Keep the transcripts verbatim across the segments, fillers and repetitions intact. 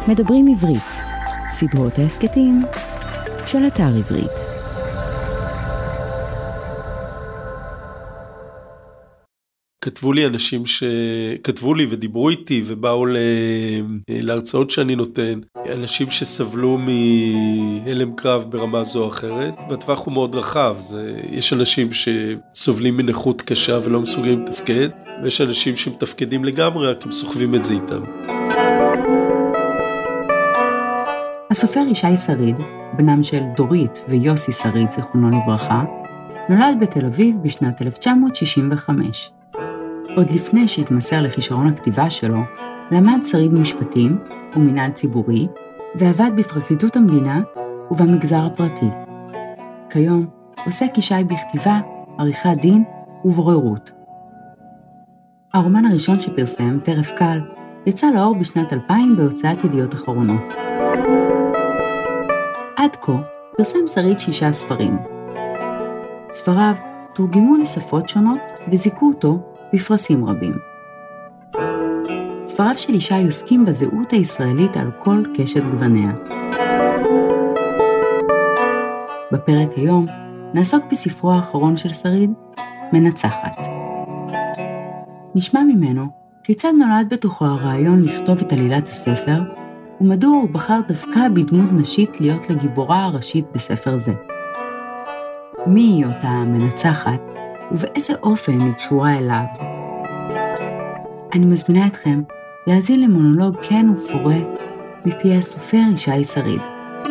מדברים עברית, סדרות ההסקטים של אתר עברית. כתבו לי אנשים שכתבו לי ודיברו איתי ובאו להרצאות שאני נותן, אנשים שסבלו מהלם קרב ברמה זו או אחרת, והטווח הוא מאוד רחב. זה, יש אנשים שסובלים מנכות קשה ולא מסוגלים לתפקד, ויש אנשים שמתפקדים לגמרי, רק הם סוחבים את זה איתם. הסופר ישי שריד, בנם של דורית ויוסי שריד, זיכרונו לברכה, נולד בתל אביב בשנת אלף תשע מאות שישים וחמש. עוד לפני שהתמסר לכישרון הכתיבה שלו, למד שריד משפטים ומינהל ציבורי, ועבד בפרקליטות המדינה ובמגזר הפרטי. כיום עוסק ישי בכתיבה, עריכת דין ובוררות. הרומן הראשון שפרסם, טרף קל, יצא לאור בשנת אלפיים בהוצאת ידיעות אחרונות. עד כה פרסם שריד שישה ספרים. ספריו תורגמו לשפות שונות וזיכו אותו בפרסים רבים. ספריו של ישי עוסקים בזהות הישראלית על כל קשת גווניה. בפרק היום נעסוק בספרו האחרון של שריד, מנצחת. נשמע ממנו כיצד נולד בתוכו הרעיון לכתוב את עלילת הספר, ומדוע הוא בחר דווקא בדמות נשית להיות לגיבורה הראשית בספר זה. מי היא אותה מנצחת, ובאיזה אופן היא קשורה אליו? אני מזמינה אתכם להאזין למונולוג כן ופורה מפי הסופר ישי שריד.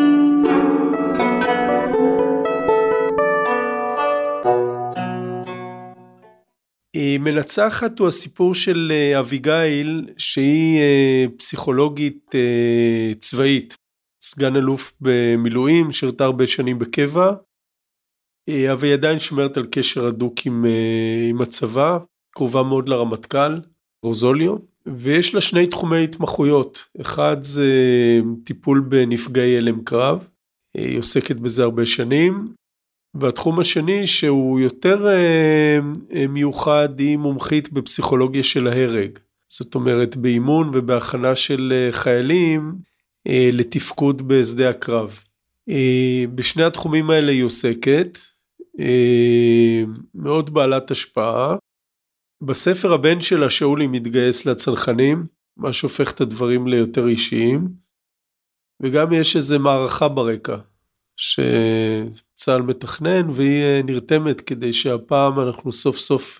מנצחת הוא הסיפור של אביגיל, שהיא פסיכולוגית צבאית, סגן אלוף במילואים, שירתה הרבה שנים בקבע, אבל היא עדיין שומרת על קשר הדוק עם, עם הצבא, קרובה מאוד לרמטכ"ל, רוזוליו, ויש לה שני תחומי התמחויות. אחד זה טיפול בנפגעי הלם קרב, היא עוסקת בזה הרבה שנים, והתחום השני שהוא יותר מיוחד, היא מומחית בפסיכולוגיה של ההרג, זאת אומרת באימון ובהכנה של חיילים לתפקוד בשדה הקרב. בשני התחומים האלה היא עוסקת, מאוד בעלת השפעה. בספר הבן שלה שאולי מתגייס לצנחנים, מה שהופך את הדברים ליותר אישיים, וגם יש איזו מערכה ברקע, שצה"ל מתכנן והיא נרתמת כדי שהפעם אנחנו סוף סוף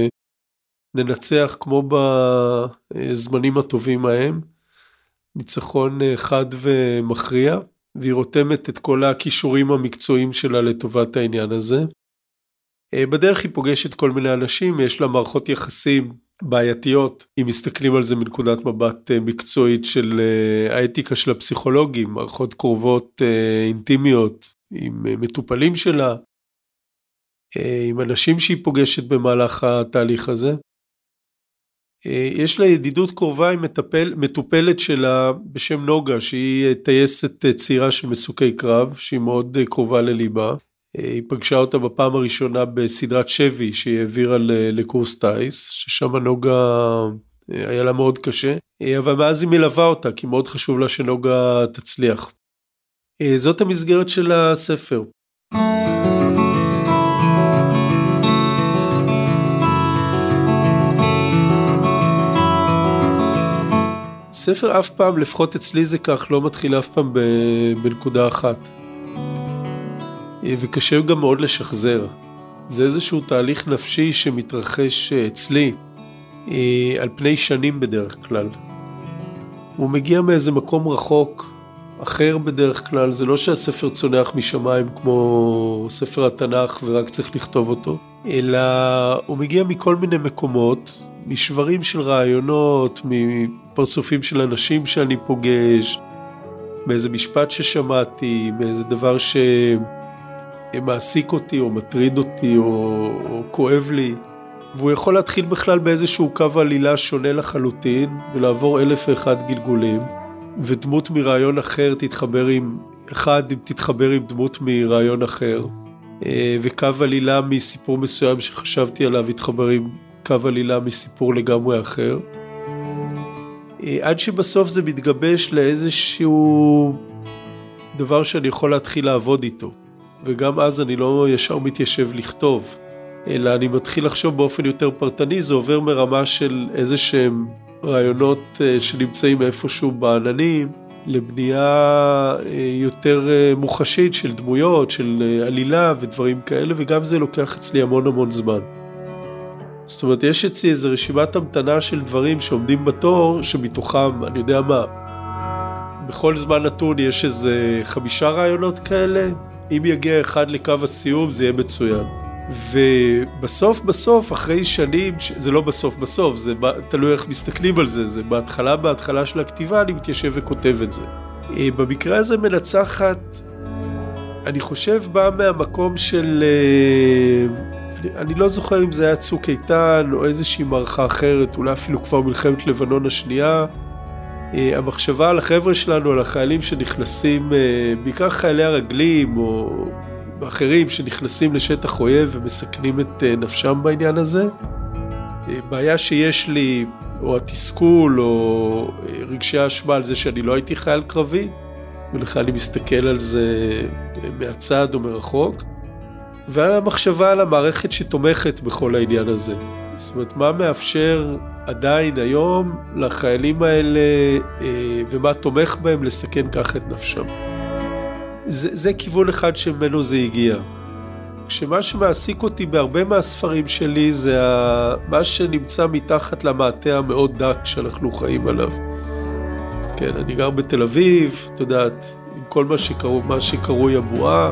ננצח כמו בזמנים הטובים ההם, ניצחון חד ומכריע, והיא רותמת את כל הכישורים המקצועיים שלה לטובת העניין הזה. בדרך היא פוגשת כל מיני אנשים, יש לה מערכות יחסים בעייתיות, אם מסתכלים על זה מנקודת מבט מקצועית של האתיקה של הפסיכולוגים, מערכות קרובות אינטימיות עם מטופלים שלה, עם אנשים שהיא פוגשת במהלך התהליך הזה. יש לה ידידות קרובה עם מטפל, מטופלת שלה בשם נוגה, שהיא טייסת צעירה של מסוקי קרב, שהיא מאוד קרובה לליבה. היא פגשה אותה בפעם הראשונה בסדרת שבי שהיא העבירה לקורס טייס, ששם נוגה היה לה מאוד קשה, אבל מאז היא מלווה אותה, כי מאוד חשוב לה שנוגה תצליח. זאת המסגרת של הספר. ספר אף פעם, לפחות אצלי זה כך, לא מתחיל אף פעם בנקודה אחת. וקשה גם מאוד לשחזר. זה איזשהו תהליך נפשי שמתרחש אצלי, על פני שנים בדרך כלל. הוא מגיע מאיזה מקום רחוק, אחר בדרך כלל, זה לא שהספר צונח משמיים כמו ספר התנ"ך ורק צריך לכתוב אותו, אלא הוא מגיע מכל מיני מקומות, משברים של רעיונות, מפרצופים של אנשים שאני פוגש, מאיזה משפט ששמעתי, מאיזה דבר שמעסיק אותי או מטריד אותי או, או כואב לי, והוא יכול להתחיל בכלל באיזשהו קו עלילה שונה לחלוטין, ולעבור אלף ואחד גלגולים, ודמות מרעיון אחר תתחבר עם, אחד תתחבר עם דמות מרעיון אחר, וקו עלילה מסיפור מסוים שחשבתי עליו יתחבר עם קו עלילה מסיפור לגמרי אחר. עד שבסוף זה מתגבש לאיזשהו דבר שאני יכול להתחיל לעבוד איתו. וגם אז אני לא ישר מתיישב לכתוב, אלא אני מתחיל לחשוב באופן יותר פרטני, זה עובר מרמה של איזה שהם רעיונות שנמצאים איפשהו בעננים, לבנייה יותר מוחשית של דמויות, של עלילה ודברים כאלה, וגם זה לוקח אצלי המון המון זמן. זאת אומרת, יש אצלי איזו רשימת המתנה של דברים שעומדים בתור, שמתוכם, אני יודע מה, בכל זמן נתון יש איזה חמישה רעיונות כאלה, אם יגיע אחד לקו הסיום זה יהיה מצוין. ובסוף בסוף, אחרי שנים, זה לא בסוף בסוף, זה תלוי איך מסתכלים על זה, זה בהתחלה בהתחלה של הכתיבה אני מתיישב וכותב את זה. במקרה הזה מנצחת, אני חושב בא מהמקום של, אני, אני לא זוכר אם זה היה צוק איתן או איזושהי מערכה אחרת, אולי אפילו כבר מלחמת לבנון השנייה, המחשבה על החבר'ה שלנו, על החיילים שנכנסים, בעיקר חיילי הרגלים או אחרים שנכנסים לשטח אויב ומסכנים את נפשם בעניין הזה. בעיה שיש לי, או התסכול, או רגשי האשמה על זה שאני לא הייתי חייל קרבי, ולכן אני מסתכל על זה מהצד או מרחוק, ועל המחשבה על המערכת שתומכת בכל העניין הזה. זאת אומרת, מה מאפשר עדיין היום לחיילים האלה, ומה תומך בהם לסכן ככה את נפשם. זה, זה כיוון אחד שממנו זה הגיע. כשמה שמעסיק אותי בהרבה מהספרים שלי, זה מה שנמצא מתחת למעטה המאוד דק שאנחנו חיים עליו. כן, אני גר בתל אביב, אתה יודעת, עם כל מה שקרו, מה שקרוי הבועה,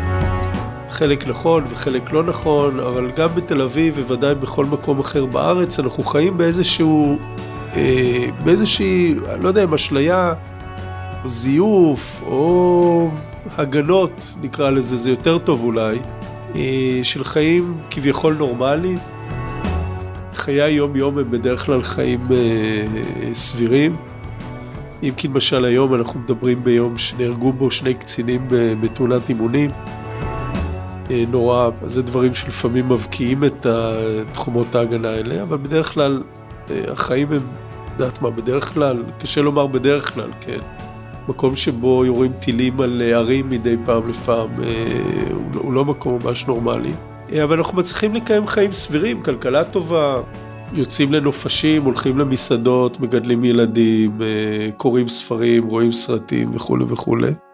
חלק נכון וחלק לא נכון, אבל גם בתל אביב ובוודאי בכל מקום אחר בארץ, אנחנו חיים באיזשהו, אה, באיזושהי, אני לא יודע, אשליה, או זיוף, או הגנות, נקרא לזה, זה יותר טוב אולי, אה, של חיים כביכול נורמליים. חיי היום-יום הם בדרך כלל חיים אה, סבירים. אם כי למשל היום אנחנו מדברים ביום שנהרגו בו שני קצינים בתאונת אימונים, נורא, זה דברים שלפעמים מבקיעים את תחומות ההגנה האלה, אבל בדרך כלל החיים הם, יודעת מה, בדרך כלל, קשה לומר בדרך כלל, כן, מקום שבו יורים טילים על ערים מדי פעם לפעם, הוא לא מקום ממש נורמלי, אבל אנחנו מצליחים לקיים חיים סבירים, כלכלה טובה, יוצאים לנופשים, הולכים למסעדות, מגדלים ילדים, קוראים ספרים, רואים סרטים וכו' וכו'.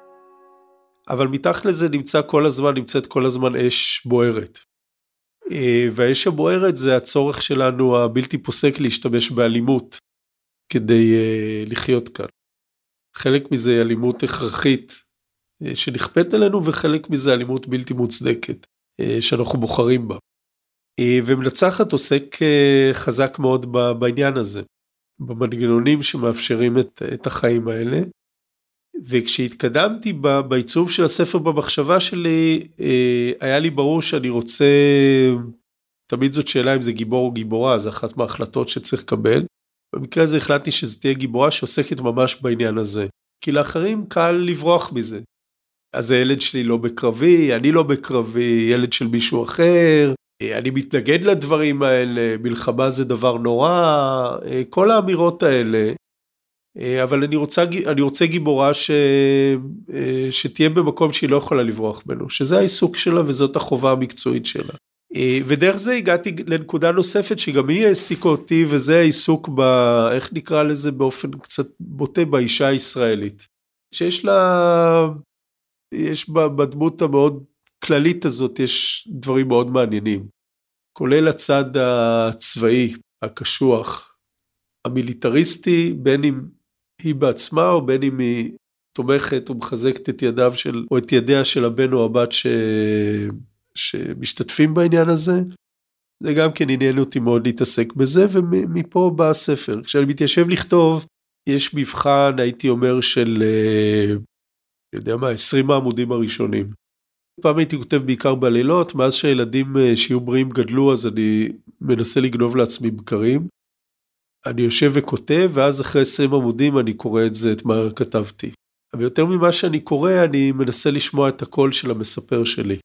אבל מתחת לזה נמצא כל הזמן, נמצאת כל הזמן אש בוערת. והאש הבוערת זה הצורך שלנו הבלתי פוסק להשתמש באלימות כדי לחיות כאן. חלק מזה אלימות הכרחית שנכפית עלינו, וחלק מזה אלימות בלתי מוצדקת שאנחנו בוחרים בה. ומנצחת עוסק חזק מאוד בעניין הזה, במנגנונים שמאפשרים את, את החיים האלה. וכשהתקדמתי בעיצוב של הספר במחשבה שלי, היה לי ברור שאני רוצה, תמיד זאת שאלה אם זה גיבור או גיבורה, זה אחת מההחלטות שצריך לקבל. במקרה הזה החלטתי שזה תהיה גיבורה שעוסקת ממש בעניין הזה, כי לאחרים קל לברוח מזה. אז הילד שלי לא בקרבי, אני לא בקרבי, ילד של מישהו אחר, אני מתנגד לדברים האלה, מלחמה זה דבר נורא, כל האמירות האלה, אבל אני רוצה, אני רוצה גיבורה ש, שתהיה במקום שהיא לא יכולה לברוח ממנו, שזה העיסוק שלה וזאת החובה המקצועית שלה. ודרך זה הגעתי לנקודה נוספת שגם היא העסיקה אותי, וזה העיסוק ב, איך נקרא לזה באופן קצת בוטה, באישה הישראלית. שיש לה, יש בה, בדמות המאוד כללית הזאת, יש דברים מאוד מעניינים. כולל הצד הצבאי, הקשוח, המיליטריסטי, בין אם היא בעצמה או בין אם היא תומכת ומחזקת את ידיו של, או את ידיה של הבן או הבת ש... שמשתתפים בעניין הזה. זה גם כן עניין אותי מאוד להתעסק בזה, ומפה בא הספר. כשאני מתיישב לכתוב, יש מבחן, הייתי אומר, של, אני יודע מה, עשרים העמודים הראשונים. פעם הייתי כותב בעיקר בלילות, מאז שהילדים שיהיו בריאים גדלו, אז אני מנסה לגנוב לעצמי בקרים. אני יושב וכותב, ואז אחרי עשרים עמודים אני קורא את זה, את מה כתבתי. אבל יותר ממה שאני קורא, אני מנסה לשמוע את הקול של המספר שלי.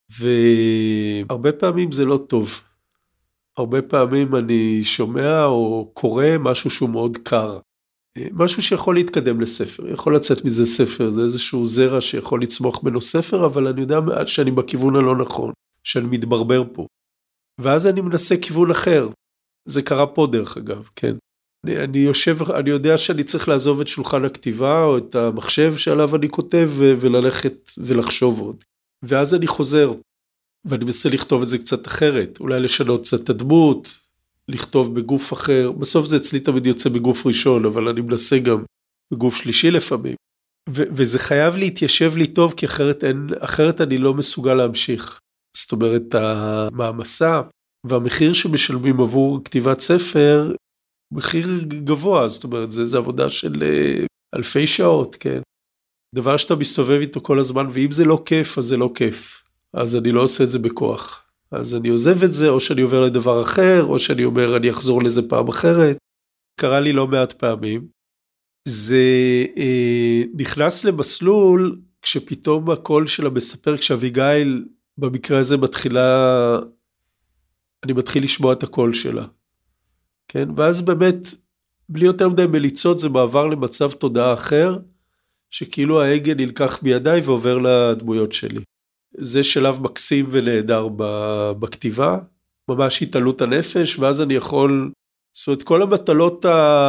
והרבה פעמים זה לא טוב. הרבה פעמים אני שומע או קורא משהו שהוא מאוד קר. משהו שיכול להתקדם לספר, יכול לצאת מזה ספר, זה איזשהו זרע שיכול לצמוח בנו ספר, אבל אני יודע שאני בכיוון הלא נכון, שאני מתברבר פה. ואז אני מנסה כיוון אחר, זה קרה פה דרך אגב, כן. אני, אני יושב, אני יודע שאני צריך לעזוב את שולחן הכתיבה, או את המחשב שעליו אני כותב, ו- וללכת ולחשוב עוד. ואז אני חוזר, ואני מנסה לכתוב את זה קצת אחרת, אולי לשנות קצת את הדמות, לכתוב בגוף אחר, בסוף זה אצלי תמיד יוצא בגוף ראשון, אבל אני מנסה גם בגוף שלישי לפעמים, ו- וזה חייב להתיישב לי טוב, כי אחרת, אין, אחרת אני לא מסוגל להמשיך. זאת אומרת, המעמסה והמחיר שמשלמים עבור כתיבת ספר, מחיר גבוה, זאת אומרת, זה, זה עבודה של אלפי שעות, כן. דבר שאתה מסתובב איתו כל הזמן, ואם זה לא כיף, אז זה לא כיף. אז אני לא עושה את זה בכוח. אז אני עוזב את זה, או שאני עובר לדבר אחר, או שאני אומר, אני אחזור לזה פעם אחרת. קרה לי לא מעט פעמים. זה אה, נכנס למסלול, כשפתאום הקול שלה מספר, כשאביגיל, במקרה הזה מתחילה, אני מתחיל לשמוע את הקול שלה. כן? ואז באמת, בלי יותר מדי מליצות, זה מעבר למצב תודעה אחר, שכאילו ההגה נלקח בידיי ועובר לדמויות שלי. זה שלב מקסים ונהדר בכתיבה, ממש התעלות הנפש, ואז אני יכול, זאת אומרת, כל המטלות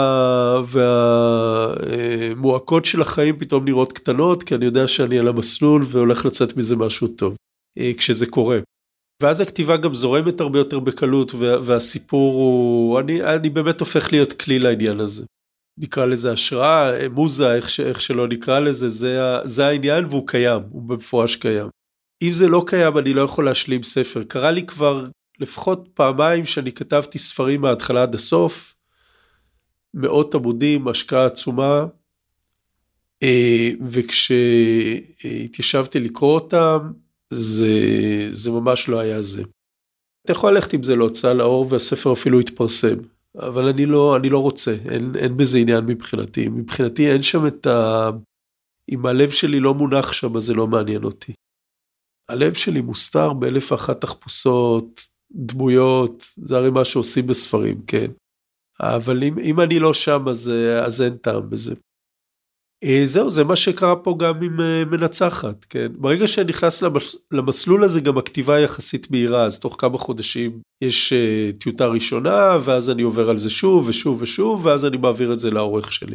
והמועקות של החיים פתאום נראות קטנות, כי אני יודע שאני על המסלול והולך לצאת מזה משהו טוב, כשזה קורה. ואז הכתיבה גם זורמת הרבה יותר בקלות, והסיפור הוא, אני, אני באמת הופך להיות כלי לעניין הזה. נקרא לזה השראה, מוזה, איך, ש, איך שלא נקרא לזה, זה, זה העניין והוא קיים, הוא במפורש קיים. אם זה לא קיים, אני לא יכול להשלים ספר. קרה לי כבר לפחות פעמיים שאני כתבתי ספרים מההתחלה עד הסוף, מאות עמודים, השקעה עצומה, וכשהתיישבתי לקרוא אותם, זה, זה ממש לא היה זה. אתה יכול ללכת עם זה להוצאה לאור, והספר אפילו התפרסם. אבל אני לא, אני לא רוצה, אין, אין בזה עניין מבחינתי. מבחינתי אין שם את ה... אם הלב שלי לא מונח שם, אז זה לא מעניין אותי. הלב שלי מוסתר באלף ואחת תחפושות, דמויות, זה הרי מה שעושים בספרים, כן. אבל אם, אם אני לא שם, אז, אז אין טעם בזה. זהו, זה מה שקרה פה גם עם מנצחת, כן. ברגע שנכנס למסלול הזה, גם הכתיבה יחסית מהירה, אז תוך כמה חודשים יש טיוטה ראשונה, ואז אני עובר על זה שוב ושוב ושוב, ואז אני מעביר את זה לעורך שלי.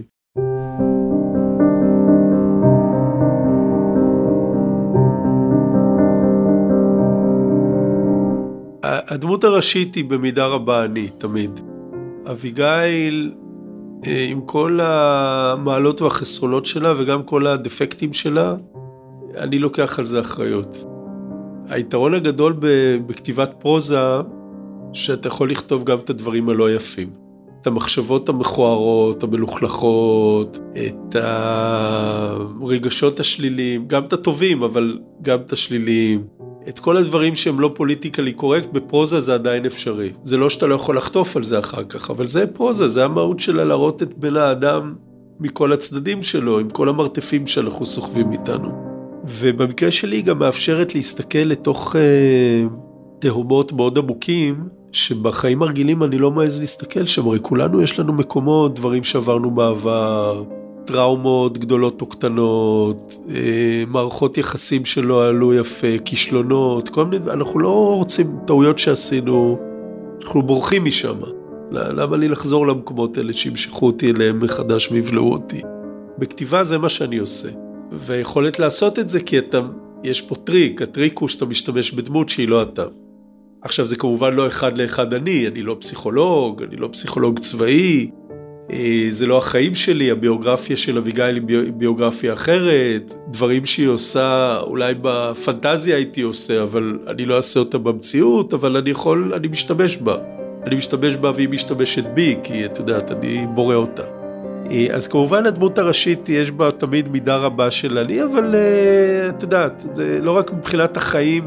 הדמות הראשית היא במידה רבה אני, תמיד. אביגיל, עם כל המעלות והחסרונות שלה, וגם כל הדפקטים שלה, אני לוקח על זה אחריות. היתרון הגדול בכתיבת פרוזה, שאתה יכול לכתוב גם את הדברים הלא יפים. את המחשבות המכוערות, המלוכלכות, את הרגשות השליליים, גם את הטובים, אבל גם את השליליים. את כל הדברים שהם לא פוליטיקלי קורקט, בפרוזה זה עדיין אפשרי. זה לא שאתה לא יכול לחטוף על זה אחר כך, אבל זה פרוזה, זה המהות שלה להראות את בן האדם מכל הצדדים שלו, עם כל המרתפים שאנחנו סוחבים איתנו. ובמקרה שלי היא גם מאפשרת להסתכל לתוך אה, תהומות מאוד עמוקים, שבחיים הרגילים אני לא מעז להסתכל שם, הרי כולנו יש לנו מקומות, דברים שעברנו בעבר, טראומות גדולות או קטנות, מערכות יחסים שלא עלו יפה, כישלונות, כל מיני, אנחנו לא רוצים טעויות שעשינו, אנחנו בורחים משם. למה לי לחזור למקומות האלה שימשכו אותי אליהם מחדש ויבלעו אותי? בכתיבה זה מה שאני עושה, ויכולת לעשות את זה כי אתה, יש פה טריק, הטריק הוא שאתה משתמש בדמות שהיא לא אתה. עכשיו זה כמובן לא אחד לאחד אני, אני לא פסיכולוג, אני לא פסיכולוג צבאי, זה לא החיים שלי, הביוגרפיה של אביגיל היא ביוגרפיה אחרת, דברים שהיא עושה, אולי בפנטזיה הייתי עושה, אבל אני לא אעשה אותה במציאות, אבל אני יכול, אני משתמש בה. אני משתמש בה והיא משתמשת בי, כי את יודעת, אני בורא אותה. אז כמובן הדמות הראשית יש בה תמיד מידה רבה של אני, אבל את יודעת, זה לא רק מבחינת החיים,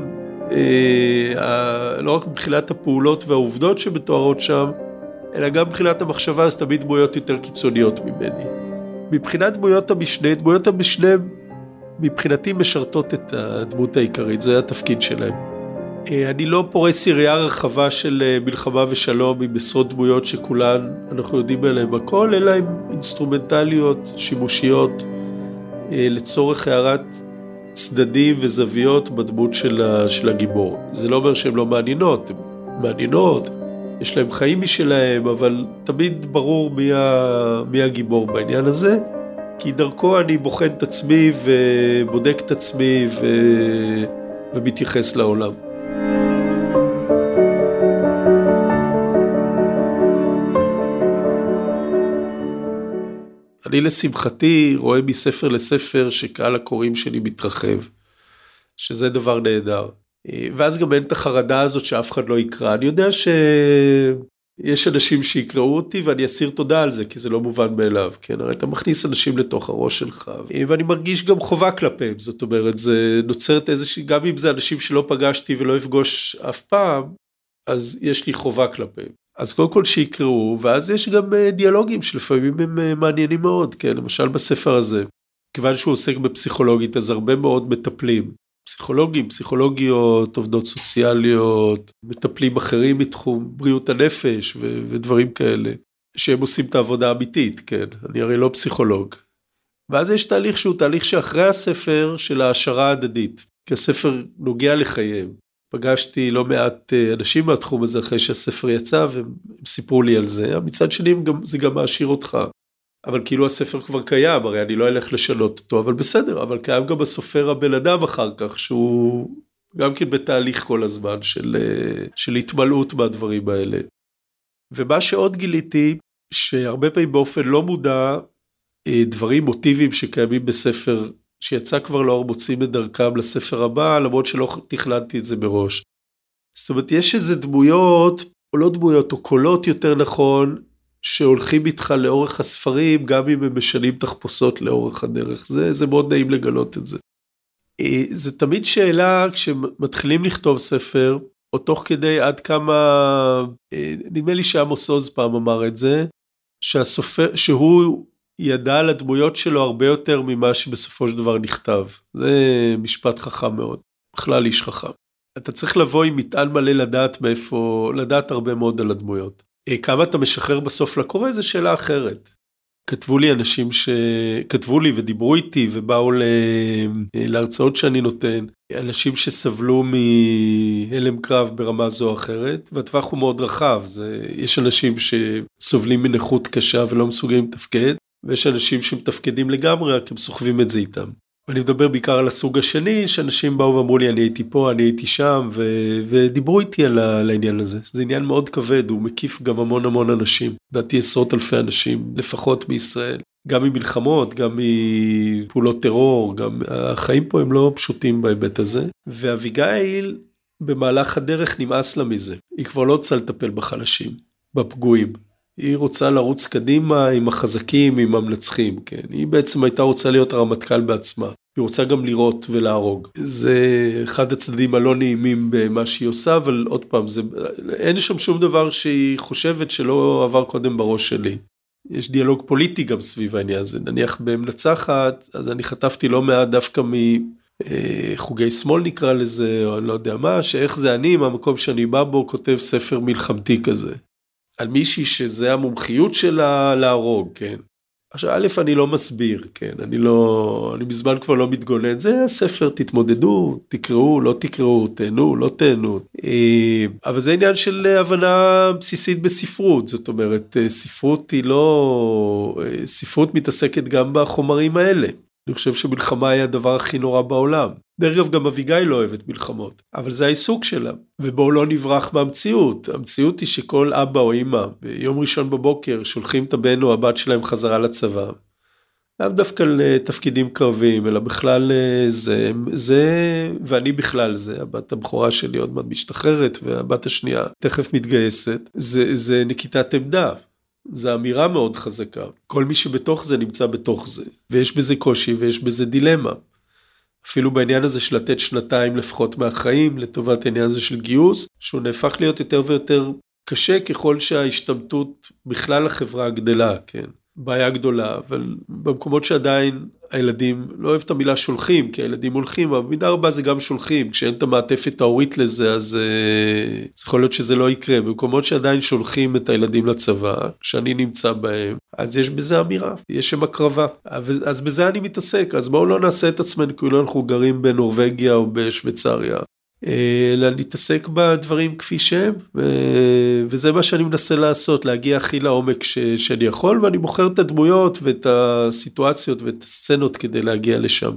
לא רק מבחינת הפעולות והעובדות שמתוארות שם, אלא גם מבחינת המחשבה, אז תמיד דמויות יותר קיצוניות ממני. מבחינת דמויות המשנה, דמויות המשנה מבחינתי משרתות את הדמות העיקרית, זה התפקיד שלהם. אני לא פורס יריעה רחבה של מלחמה ושלום עם עשרות דמויות שכולן אנחנו יודעים עליהן הכל, אלא עם אינסטרומנטליות, שימושיות, לצורך הערת צדדים וזוויות בדמות של, של הגיבור. זה לא אומר שהן לא מעניינות, הן מעניינות, יש להם חיים משלהם, אבל תמיד ברור מי, ה, מי הגיבור בעניין הזה, כי דרכו אני בוחן את עצמי ובודק את עצמי ו, ומתייחס לעולם. אני לשמחתי רואה מספר לספר שקהל הקוראים שלי מתרחב, שזה דבר נהדר. ואז גם אין את החרדה הזאת שאף אחד לא יקרא. אני יודע שיש אנשים שיקראו אותי ואני אסיר תודה על זה, כי זה לא מובן מאליו. כן? הרי אתה מכניס אנשים לתוך הראש שלך, ואני מרגיש גם חובה כלפיהם. זאת אומרת, זה נוצרת איזושהי, גם אם זה אנשים שלא פגשתי ולא אפגוש אף פעם, אז יש לי חובה כלפיהם. אז קודם כל שיקראו, ואז יש גם דיאלוגים שלפעמים הם מעניינים מאוד, כן, למשל בספר הזה, כיוון שהוא עוסק בפסיכולוגית, אז הרבה מאוד מטפלים, פסיכולוגים, פסיכולוגיות, עובדות סוציאליות, מטפלים אחרים מתחום בריאות הנפש ו- ודברים כאלה, שהם עושים את העבודה האמיתית, כן, אני הרי לא פסיכולוג. ואז יש תהליך שהוא תהליך שאחרי הספר של ההשערה ההדדית, כי הספר נוגע לחייהם. פגשתי לא מעט אנשים מהתחום הזה אחרי שהספר יצא, והם סיפרו לי על זה. מצד שני, זה גם מעשיר אותך. אבל כאילו הספר כבר קיים, הרי אני לא אלך לשנות אותו, אבל בסדר, אבל קיים גם הסופר הבן אדם אחר כך, שהוא גם כן בתהליך כל הזמן של, של התמלאות מהדברים האלה. ומה שעוד גיליתי, שהרבה פעמים באופן לא מודע, דברים מוטיביים שקיימים בספר, שיצא כבר לאור מוצאים את דרכם לספר הבא, למרות שלא תכננתי את זה מראש. זאת אומרת, יש איזה דמויות, או לא דמויות, או קולות יותר נכון, שהולכים איתך לאורך הספרים, גם אם הם משנים תחפושות לאורך הדרך. זה, זה מאוד נעים לגלות את זה. זה תמיד שאלה, כשמתחילים לכתוב ספר, או תוך כדי עד כמה, נדמה לי שעמוס עוז פעם אמר את זה, שהסופר, שהוא ידע על הדמויות שלו הרבה יותר ממה שבסופו של דבר נכתב. זה משפט חכם מאוד, בכלל איש חכם. אתה צריך לבוא עם מטען מלא לדעת מאיפה, לדעת הרבה מאוד על הדמויות. כמה אתה משחרר בסוף לקורא, זה שאלה אחרת. כתבו לי אנשים שכתבו לי ודיברו איתי ובאו להרצאות שאני נותן, אנשים שסבלו מהלם קרב ברמה זו או אחרת, והטווח הוא מאוד רחב. זה, יש אנשים שסובלים מנכות קשה ולא מסוגלים לתפקד, ויש אנשים שמתפקדים לגמרי, רק הם סוחבים את זה איתם. ואני מדבר בעיקר על הסוג השני, שאנשים באו ואמרו לי, אני הייתי פה, אני הייתי שם, ו- ודיברו איתי על, על העניין הזה. זה עניין מאוד כבד, הוא מקיף גם המון המון אנשים, דעתי עשרות אלפי אנשים, לפחות מישראל, גם ממלחמות, גם מפעולות טרור, גם החיים פה הם לא פשוטים בהיבט הזה, ואביגיל במהלך הדרך נמאס לה מזה, היא כבר לא רוצה לטפל בחלשים, בפגועים, היא רוצה לרוץ קדימה עם החזקים, עם המנצחים, כן? היא בעצם הייתה רוצה להיות הרמטכ"ל בעצמה. היא רוצה גם לראות ולהרוג. זה אחד הצדדים הלא נעימים במה שהיא עושה, אבל עוד פעם, זה, אין שם שום דבר שהיא חושבת שלא עבר קודם בראש שלי. יש דיאלוג פוליטי גם סביב העניין הזה. נניח במנצחת, אז אני חטפתי לא מעט דווקא מחוגי שמאל נקרא לזה, או אני לא יודע מה, שאיך זה אני, מהמקום שאני בא בו, כותב ספר מלחמתי כזה. על מישהי שזה המומחיות שלה להרוג, כן. עכשיו, א', אני לא מסביר, כן, אני לא, אני בזמן כבר לא מתגונן, זה הספר, תתמודדו, תקראו, לא תקראו, תהנו, לא תהנו. אבל זה עניין של הבנה בסיסית בספרות, זאת אומרת, ספרות היא לא, ספרות מתעסקת גם בחומרים האלה. אני חושב שמלחמה היא הדבר הכי נורא בעולם. דרך אגב, גם אביגיל לא אוהבת מלחמות, אבל זה העיסוק שלה. ובואו לא נברח מהמציאות. המציאות היא שכל אבא או אמא, ביום ראשון בבוקר, שולחים את הבן או הבת שלהם חזרה לצבא. לאו דווקא לתפקידים קרביים, אלא בכלל זה, זה, ואני בכלל זה, הבת הבכורה שלי עוד מעט משתחררת, והבת השנייה תכף מתגייסת, זה, זה נקיטת עמדה. זו אמירה מאוד חזקה. כל מי שבתוך זה נמצא בתוך זה. ויש בזה קושי ויש בזה דילמה. אפילו בעניין הזה של לתת שנתיים לפחות מהחיים, לטובת העניין הזה של גיוס, שהוא נהפך להיות יותר ויותר קשה ככל שההשתמטות בכלל החברה גדלה, כן. בעיה גדולה, אבל במקומות שעדיין הילדים, לא אוהב את המילה שולחים, כי הילדים הולכים, אבל במידה רבה זה גם שולחים, כשאין את המעטפת ההורית לזה, אז זה יכול להיות שזה לא יקרה, במקומות שעדיין שולחים את הילדים לצבא, כשאני נמצא בהם, אז יש בזה אמירה, יש שם הקרבה, אז בזה אני מתעסק, אז בואו לא נעשה את עצמנו, כאילו אנחנו גרים בנורווגיה או בשוויצריה, אלא להתעסק בדברים כפי שהם, וזה מה שאני מנסה לעשות, להגיע הכי לעומק ש, שאני יכול, ואני בוחר את הדמויות ואת הסיטואציות ואת הסצנות כדי להגיע לשם.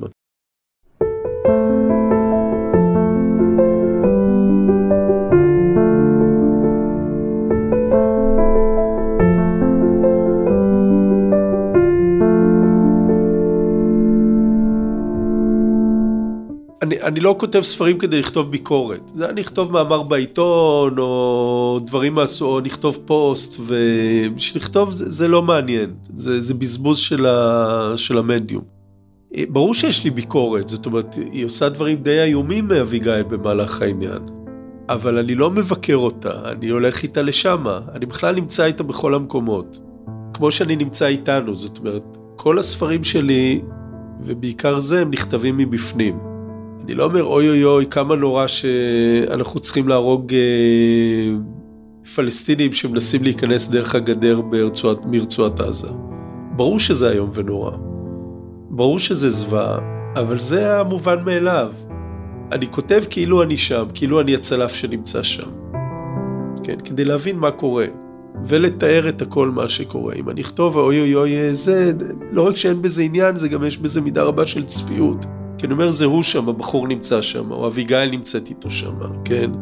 אני, אני לא כותב ספרים כדי לכתוב ביקורת, זה אני אכתוב מאמר בעיתון, או דברים מעשו, או נכתוב פוסט, ושלכתוב זה, זה לא מעניין, זה, זה בזבוז של, ה, של המדיום. ברור שיש לי ביקורת, זאת אומרת, היא עושה דברים די איומים מאביגיל במהלך העניין, אבל אני לא מבקר אותה, אני הולך איתה לשם, אני בכלל נמצא איתה בכל המקומות, כמו שאני נמצא איתנו, זאת אומרת, כל הספרים שלי, ובעיקר זה, הם נכתבים מבפנים. אני לא אומר, אוי אוי אוי, כמה נורא שאנחנו צריכים להרוג אה, פלסטינים שמנסים להיכנס דרך הגדר ברצועת, מרצועת עזה. ברור שזה היום ונורא. ברור שזה זוועה, אבל זה המובן מאליו. אני כותב כאילו אני שם, כאילו אני הצלף שנמצא שם. כן, כדי להבין מה קורה, ולתאר את הכל מה שקורה. אם אני אכתוב, אוי אוי אוי, זה, לא רק שאין בזה עניין, זה גם יש בזה מידה רבה של צפיות. כי אני אומר, זה הוא שם, הבחור נמצא שם, או אביגיל נמצאת איתו שם, כן?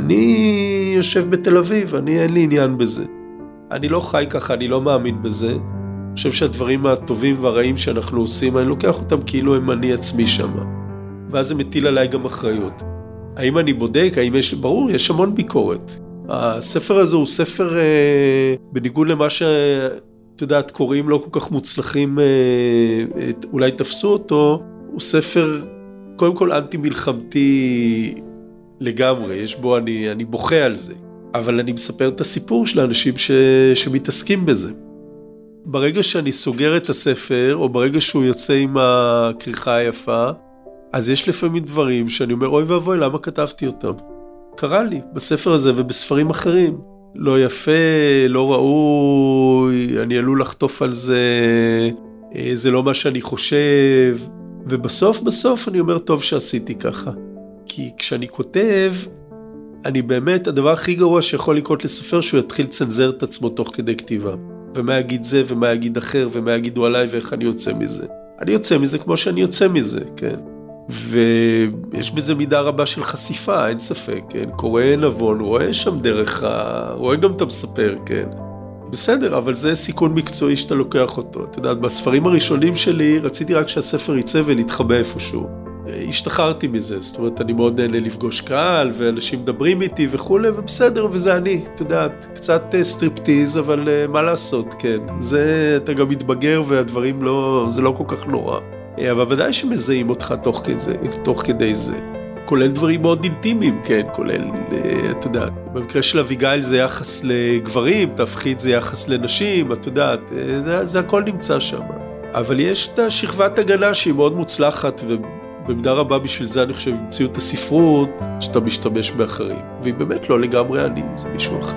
אני יושב בתל אביב, אני אין לי עניין בזה. אני לא חי ככה, אני לא מאמין בזה. אני חושב שהדברים הטובים והרעים שאנחנו עושים, אני לוקח אותם כאילו הם אני עצמי שם. ואז זה מטיל עליי גם אחריות. האם אני בודק? האם יש... ברור, יש המון ביקורת. הספר הזה הוא ספר, אה, בניגוד למה שאת יודעת, קוראים לא כל כך מוצלחים, אה, אולי תפסו אותו, הוא ספר, קודם כל אנטי מלחמתי לגמרי, יש בו, אני, אני בוכה על זה, אבל אני מספר את הסיפור של האנשים ש, שמתעסקים בזה. ברגע שאני סוגר את הספר, או ברגע שהוא יוצא עם הכריכה היפה, אז יש לפעמים דברים שאני אומר, אוי ואבוי, למה כתבתי אותם? קרה לי בספר הזה ובספרים אחרים. לא יפה, לא ראוי, אני עלול לחטוף על זה, זה לא מה שאני חושב, ובסוף בסוף אני אומר, טוב שעשיתי ככה. כי כשאני כותב, אני באמת, הדבר הכי גרוע שיכול לקרות לסופר, שהוא יתחיל לצנזר את עצמו תוך כדי כתיבה. ומה יגיד זה, ומה יגיד אחר, ומה יגידו עליי, ואיך אני יוצא מזה. אני יוצא מזה כמו שאני יוצא מזה, כן. ויש בזה מידה רבה של חשיפה, אין ספק, כן. קורא נבון, רואה שם דרך, ה... רואה גם את המספר, כן. בסדר, אבל זה סיכון מקצועי שאתה לוקח אותו. אתה יודע, בספרים הראשונים שלי, רציתי רק שהספר יצא ולהתחבא איפשהו. השתחררתי מזה, זאת אומרת, אני מאוד נהנה לפגוש קהל, ואנשים מדברים איתי וכו', ובסדר, וזה אני, אתה יודע, קצת סטריפטיז, אבל מה לעשות, כן. זה, אתה גם מתבגר, והדברים לא, זה לא כל כך נורא. אבל ודאי שמזהים אותך תוך כדי, תוך כדי זה. כולל דברים מאוד אינטימיים, כן, כולל, אתה יודע, במקרה של אביגיל זה יחס לגברים, תפחית זה יחס לנשים, אתה יודע, זה, זה הכל נמצא שם. אבל יש את השכבת הגנה שהיא מאוד מוצלחת, ובמידה רבה בשביל זה אני חושב, המציאו את הספרות, שאתה משתמש באחרים. והיא באמת לא לגמרי אני, זה מישהו אחר.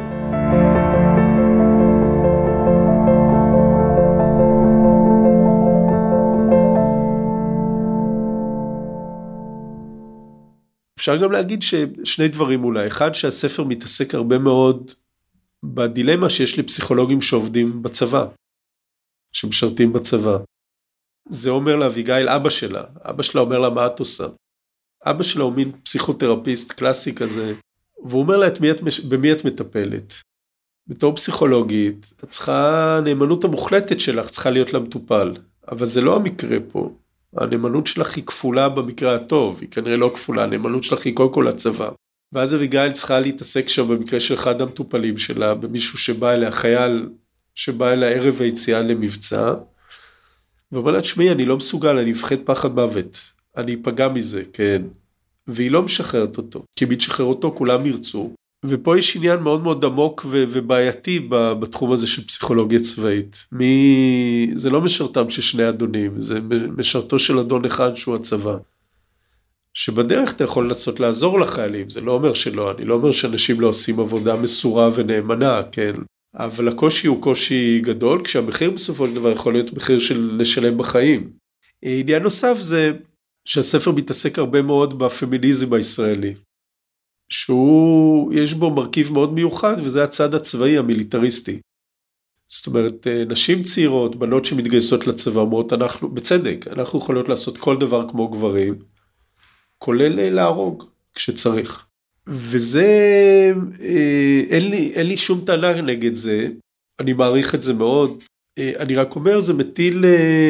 אפשר גם להגיד ששני דברים אולי. אחד, שהספר מתעסק הרבה מאוד בדילמה שיש לפסיכולוגים שעובדים בצבא, שמשרתים בצבא. זה אומר לאביגיל, אבא שלה. אבא שלה אומר לה, מה את עושה? אבא שלה הוא מין פסיכותרפיסט קלאסי כזה, והוא אומר לה, את מי את, במי את מטפלת? בתור פסיכולוגית, את צריכה, הנאמנות המוחלטת שלך צריכה להיות למטופל, אבל זה לא המקרה פה. הנאמנות שלך היא כפולה במקרה הטוב, היא כנראה לא כפולה, הנאמנות שלך היא קודם כל לצבא. ואז אביגיל צריכה להתעסק שם במקרה של אחד המטופלים שלה, במישהו שבא אליה, חייל שבא אליה ערב היציאה למבצע, ואומר לה, תשמעי, אני לא מסוגל, אני מפחד פחד מוות, אני אפגע מזה, כן. והיא לא משחררת אותו, כי מי תשחרר אותו, כולם ירצו, ופה יש עניין מאוד מאוד עמוק ו- ובעייתי בתחום הזה של פסיכולוגיה צבאית. מי... זה לא משרתם של שני אדונים, זה משרתו של אדון אחד שהוא הצבא. שבדרך אתה יכול לנסות לעזור לחיילים, זה לא אומר שלא, אני לא אומר שאנשים לא עושים עבודה מסורה ונאמנה, כן? אבל הקושי הוא קושי גדול, כשהמחיר בסופו של דבר יכול להיות מחיר של לשלם בחיים. עניין נוסף זה שהספר מתעסק הרבה מאוד בפמיניזם הישראלי. שהוא, יש בו מרכיב מאוד מיוחד, וזה הצד הצבאי המיליטריסטי. זאת אומרת, נשים צעירות, בנות שמתגייסות לצבא, אומרות, אנחנו, בצדק, אנחנו יכולות לעשות כל דבר כמו גברים, כולל להרוג כשצריך. וזה, אין לי, אין לי שום טענה נגד זה, אני מעריך את זה מאוד, אני רק אומר, זה מטיל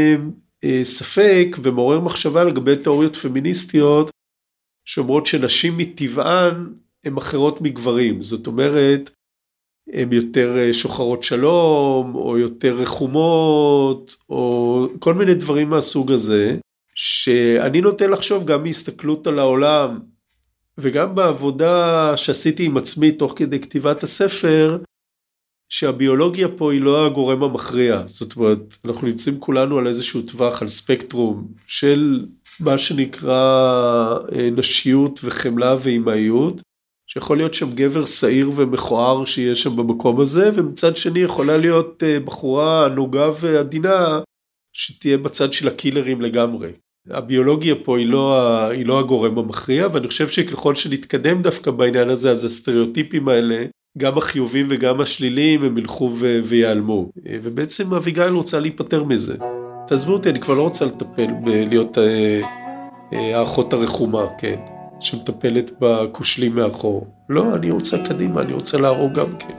ספק ומעורר מחשבה לגבי תיאוריות פמיניסטיות, שאומרות שנשים מטבען הן אחרות מגברים, זאת אומרת, הן יותר שוחרות שלום, או יותר רחומות, או כל מיני דברים מהסוג הזה, שאני נוטה לחשוב גם מהסתכלות על העולם, וגם בעבודה שעשיתי עם עצמי תוך כדי כתיבת הספר, שהביולוגיה פה היא לא הגורם המכריע, זאת אומרת, אנחנו נמצאים כולנו על איזשהו טווח, על ספקטרום של מה שנקרא נשיות וחמלה ואימהיות, שיכול להיות שם גבר שעיר ומכוער שיש שם במקום הזה, ומצד שני יכולה להיות בחורה נוגה ועדינה, שתהיה בצד של הקילרים לגמרי. הביולוגיה פה היא לא, היא לא הגורם המכריע, ואני חושב שככל שנתקדם דווקא בעניין הזה, אז הסטריאוטיפים האלה, גם החיובים וגם השליליים, הם ילכו ו- ויעלמו. ובעצם אביגיל רוצה להיפטר מזה. תעזבו אותי, אני כבר לא רוצה לטפל בלהיות האחות הרחומה, כן, שמטפלת בכושלים מאחור. לא, אני רוצה קדימה, אני רוצה להרוג גם כן.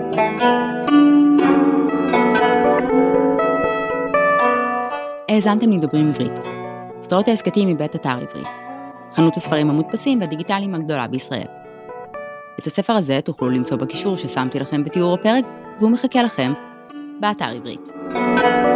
האזנתם לדברים עברית. סדרות העסקתים מבית אתר עברית. חנות הספרים המודפסים והדיגיטליים הגדולה בישראל. את הספר הזה תוכלו למצוא בקישור ששמתי לכם בתיאור הפרק, והוא מחכה לכם באתר עברית.